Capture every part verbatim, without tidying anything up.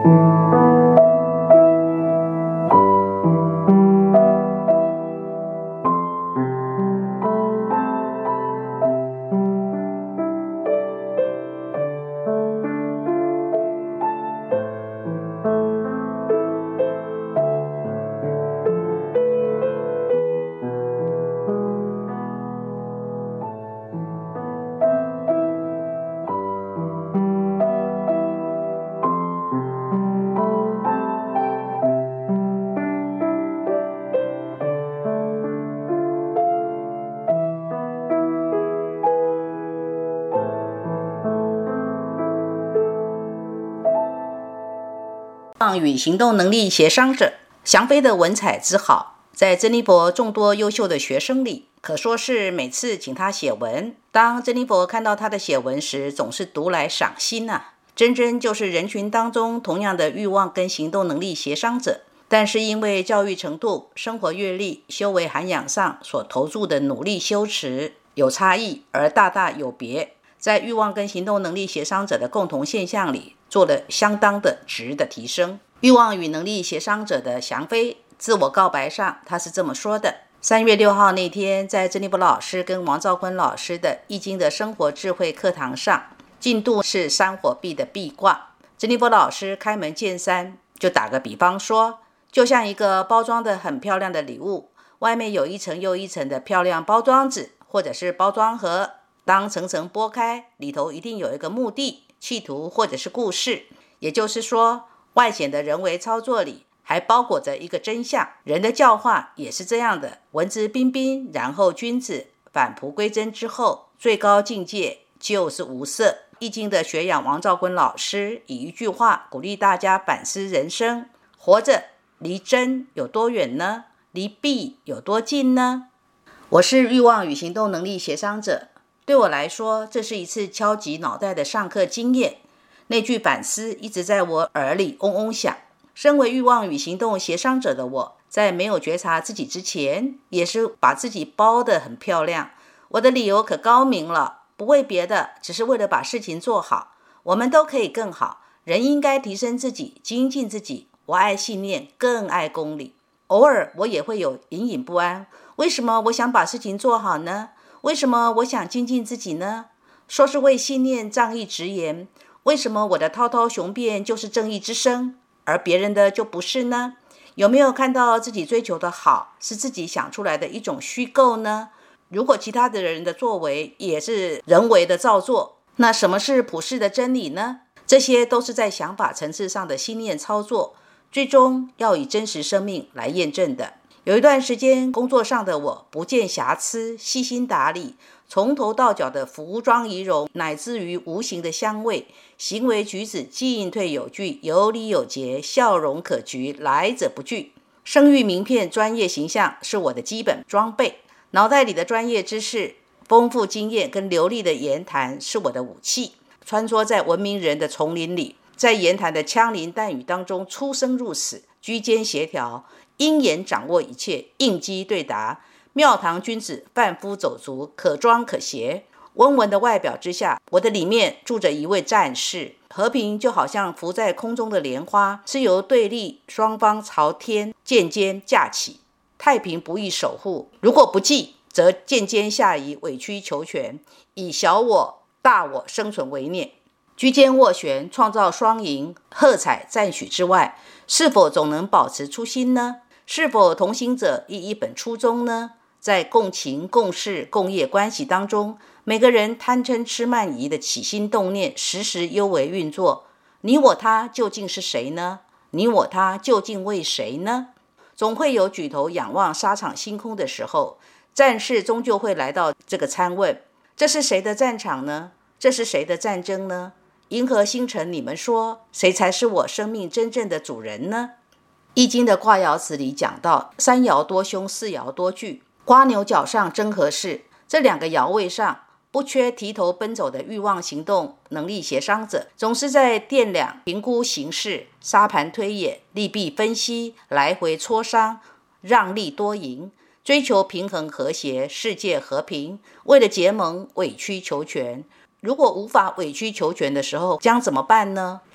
与行动能力协商者翔飞的文采之好，在珍妮佛众多优秀的学生里，可说是每次请他写文，当珍妮佛看到他的写文时，总是读来赏心啊。珍珍就是人群当中同样的欲望跟行动能力协商者，但是因为教育程度、生活阅历、修为涵养上所投注的努力修持有差异，而大大有别，在欲望跟行动能力协商者的共同现象里做了相当的质的提升。欲望与能力协商者的翔飞自我告白上，他是这么说的：三月六号那天，在珍妮佛老师跟王兆坤老师的易经的生活智慧课堂上，进度是山火壁的壁卦。珍妮佛老师开门见山，就打个比方说，就像一个包装的很漂亮的礼物，外面有一层又一层的漂亮包装纸或者是包装盒，当层层剥开，里头一定有一个目的、企图或者是故事。也就是说，外显的人为操作里还包裹着一个真相。人的教化也是这样的，文质彬彬，然后君子，返璞归真之后，最高境界就是无色。易经的学养王兆坤老师以一句话鼓励大家反思人生：活着离真有多远呢？离弊有多近呢？我是欲望与行动能力协商者，对我来说，这是一次敲击脑袋的上课经验。那句反思一直在我耳里嗡嗡响。身为欲望与行动协商者的我，在没有觉察自己之前，也是把自己包得很漂亮。我的理由可高明了，不为别的，只是为了把事情做好。我们都可以更好，人应该提升自己，精进自己。我爱信念，更爱公理。偶尔我也会有隐隐不安，为什么我想把事情做好呢？为什么我想精进自己呢？说是为信念仗义直言，为什么我的滔滔雄辩就是正义之声，而别人的就不是呢？有没有看到自己追求的好是自己想出来的一种虚构呢？如果其他的人的作为也是人为的造作，那什么是普世的真理呢？这些都是在想法层次上的心念操作，最终要以真实生命来验证的。有一段时间，工作上的我不见瑕疵，细心打理，从头到脚的服装仪容，乃至于无形的香味，行为举止进退有据，有礼有节，笑容可掬，来者不拒。声誉名片、专业形象是我的基本装备，脑袋里的专业知识、丰富经验跟流利的言谈是我的武器。穿梭在文明人的丛林里，在言谈的枪林弹雨当中出生入死，居间协调，因言掌握一切，应机对答，庙堂君子，贩夫走卒，可庄可谐。温文的外表之下，我的里面住着一位战士。和平就好像浮在空中的莲花，是由对立双方朝天渐间架起，太平不易守护。如果不济，则渐渐下移，委曲求全，以小我大我生存为念。居间斡旋，创造双赢，喝彩赞许之外，是否总能保持初心呢？是否同行者亦一本初衷呢？在共情、共事、共业关系当中，每个人贪嗔痴慢疑的起心动念时时幽微运作。你我他究竟是谁呢？你我他究竟为谁呢？总会有举头仰望沙场星空的时候，战士终究会来到这个参问：这是谁的战场呢？这是谁的战争呢？银河星辰，你们说谁才是我生命真正的主人呢？易经的卦爻辞里讲到，三爻多凶，四爻多惧，瓜牛角上争何事？这两个爻位上不缺提头奔走的欲望行动能力协商者，总是在掂量、评估形势，沙盘推演，利弊分析，来回磋商，让利多赢，追求平衡和谐，世界和平。为了结盟，委曲求全。如果无法委曲求全的时候，将怎么办呢？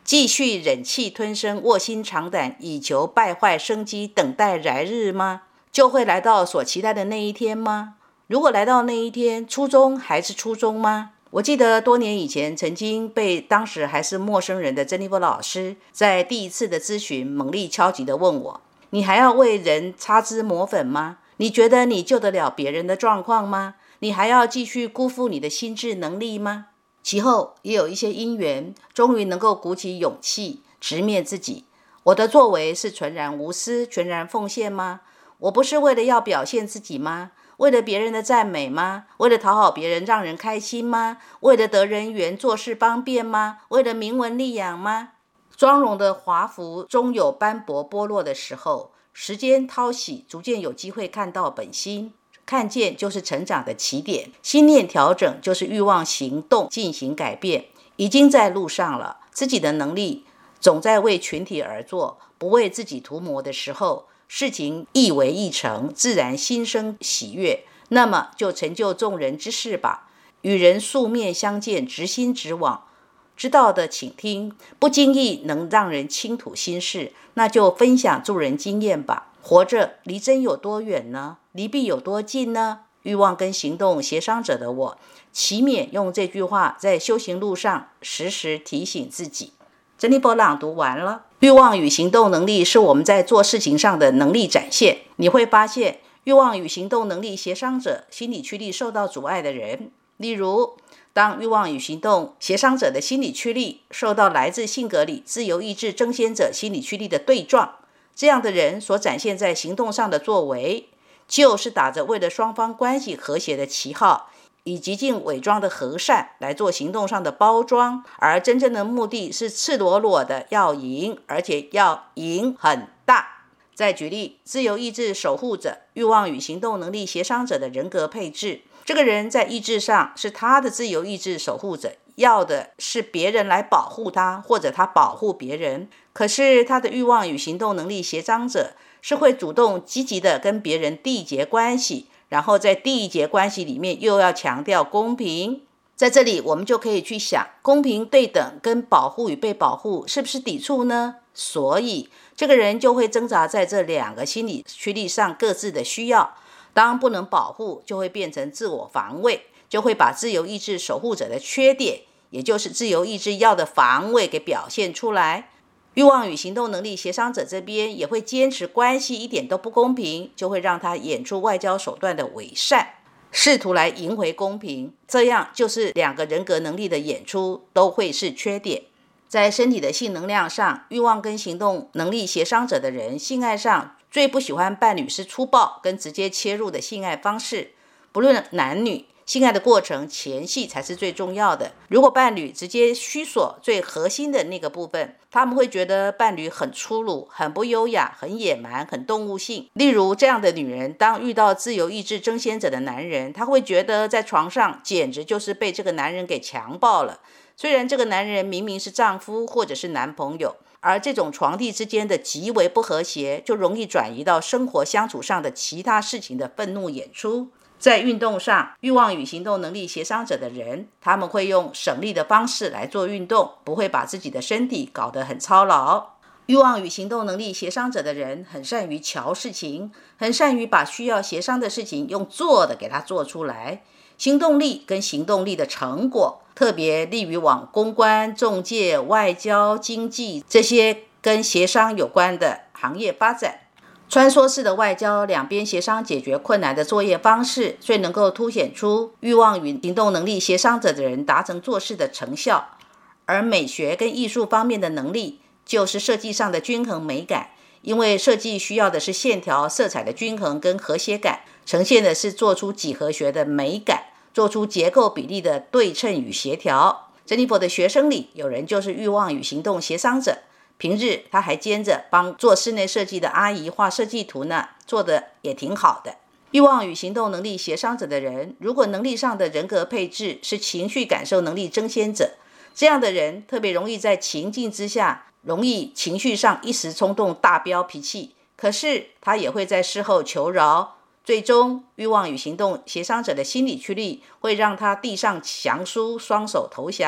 继续忍气吞声，卧薪尝胆，以求败坏生机，等待来日吗？就会来到所期待的那一天吗？如果来到那一天，初衷还是初衷吗？我记得多年以前曾经被当时还是陌生人的珍妮佛老师在第一次的咨询猛力敲击地问我，你还要为人擦脂抹粉吗？你觉得你救得了别人的状况吗？你还要继续辜负你的心智能力吗？其后也有一些因缘，终于能够鼓起勇气直面自己，我的作为是纯然无私全然奉献吗？我不是为了要表现自己吗？为了别人的赞美吗？为了讨好别人让人开心吗？为了得人缘做事方便吗？为了名闻利养吗？妆容的华服终有斑驳剥落的时候，时间淘洗，逐渐有机会看到本心，看见就是成长的起点，心念调整就是欲望行动进行改变，已经在路上了。自己的能力总在为群体而做，不为自己涂抹的时候，事情一为一成，自然心生喜悦，那么就成就众人之事吧。与人素面相见，直心直往，知道的请听，不经意能让人倾吐心事，那就分享助人经验吧。活着离真有多远呢？离弊有多近呢？欲望跟行动协商者的我，期勉用这句话在修行路上时时提醒自己。珍妮佛朗读完了。欲望与行动能力是我们在做事情上的能力展现。你会发现，欲望与行动能力协商者心理驱力受到阻碍的人，例如当欲望与行动协商者的心理驱力受到来自性格里自由意志争先者心理驱力的对撞，这样的人所展现在行动上的作为，就是打着为了双方关系和谐的旗号，以极尽伪装的和善来做行动上的包装，而真正的目的是赤裸裸的要赢，而且要赢很大。再举例，自由意志守护者、欲望与行动能力协商者的人格配置，这个人在意志上是他的自由意志守护者，要的是别人来保护他，或者他保护别人。可是他的欲望与行动能力协商者是会主动积极的跟别人缔结关系，然后在缔结关系里面又要强调公平。在这里我们就可以去想，公平对等跟保护与被保护是不是抵触呢？所以这个人就会挣扎在这两个心理驱力上各自的需要。当不能保护，就会变成自我防卫，就会把自由意志守护者的缺点，也就是自由意志要的防卫给表现出来。欲望与行动能力协商者这边也会坚持关系一点都不公平，就会让他演出外交手段的伪善，试图来赢回公平，这样就是两个人格能力的演出都会是缺点。在身体的性能量上，欲望跟行动能力协商者的人，性爱上最不喜欢伴侣是粗暴跟直接切入的性爱方式，不论男女，性爱的过程前戏才是最重要的。如果伴侣直接虚索最核心的那个部分，他们会觉得伴侣很粗鲁、很不优雅、很野蛮、很动物性。例如这样的女人，当遇到自由意志争先者的男人，她会觉得在床上简直就是被这个男人给强暴了。虽然这个男人明明是丈夫或者是男朋友，而这种床地之间的极为不和谐，就容易转移到生活相处上的其他事情的愤怒演出。在运动上，欲望与行动能力协商者的人，他们会用省力的方式来做运动，不会把自己的身体搞得很操劳。欲望与行动能力协商者的人很善于瞧事情，很善于把需要协商的事情用做的给它做出来。行动力跟行动力的成果特别利于往公关、仲介、外交、经济这些跟协商有关的行业发展。穿梭式的外交，两边协商解决困难的作业方式，最能够凸显出欲望与行动能力协商者的人达成做事的成效。而美学跟艺术方面的能力，就是设计上的均衡美感，因为设计需要的是线条、色彩的均衡跟和谐感，呈现的是做出几何学的美感，做出结构比例的对称与协调。珍妮佛的学生里，有人就是欲望与行动协商者，平日他还兼着帮做室内设计的阿姨画设计图呢，做得也挺好的。欲望与行动能力协商者的人，如果能力上的人格配置是情绪感受能力争先者，这样的人特别容易在情境之下，容易情绪上一时冲动大飙脾气，可是他也会在事后求饶。最终，欲望与行动协商者的心理驱力会让他递上降书，双手投降。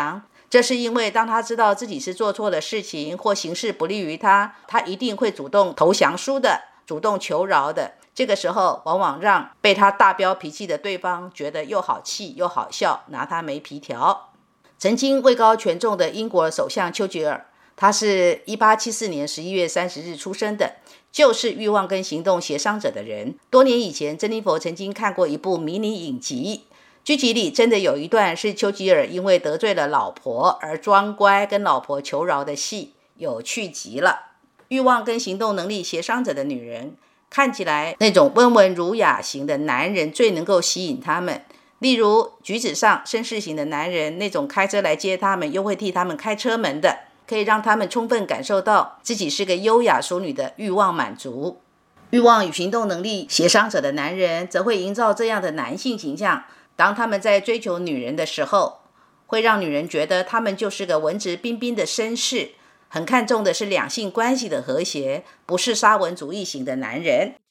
这是因为当他知道自己是做错了事情或形势不利于他，他一定会主动投降输的，主动求饶的。这个时候往往让被他大飙脾气的对方觉得又好气又好笑，拿他没皮条。曾经位高权重的英国首相丘吉尔，他是一八七四年十一月三十日出生的，就是欲望跟行动协商者的人。多年以前，珍妮佛曾经看过一部迷你影集，剧集里真的有一段是丘吉尔因为得罪了老婆而装乖跟老婆求饶的戏，有趣极了。欲望跟行动能力协商者的女人，看起来那种温文儒雅型的男人最能够吸引他们。例如举止上绅士型的男人，那种开车来接他们又会替他们开车门的，可以让他们充分感受到自己是个优雅淑女的欲望满足。欲望与行动能力协商者的男人则会营造这样的男性形象，当他们在追求女人的时候，会让女人觉得他们就是个文质彬彬的绅士，很看重的是两性关系的和谐，不是沙文主义型的男人。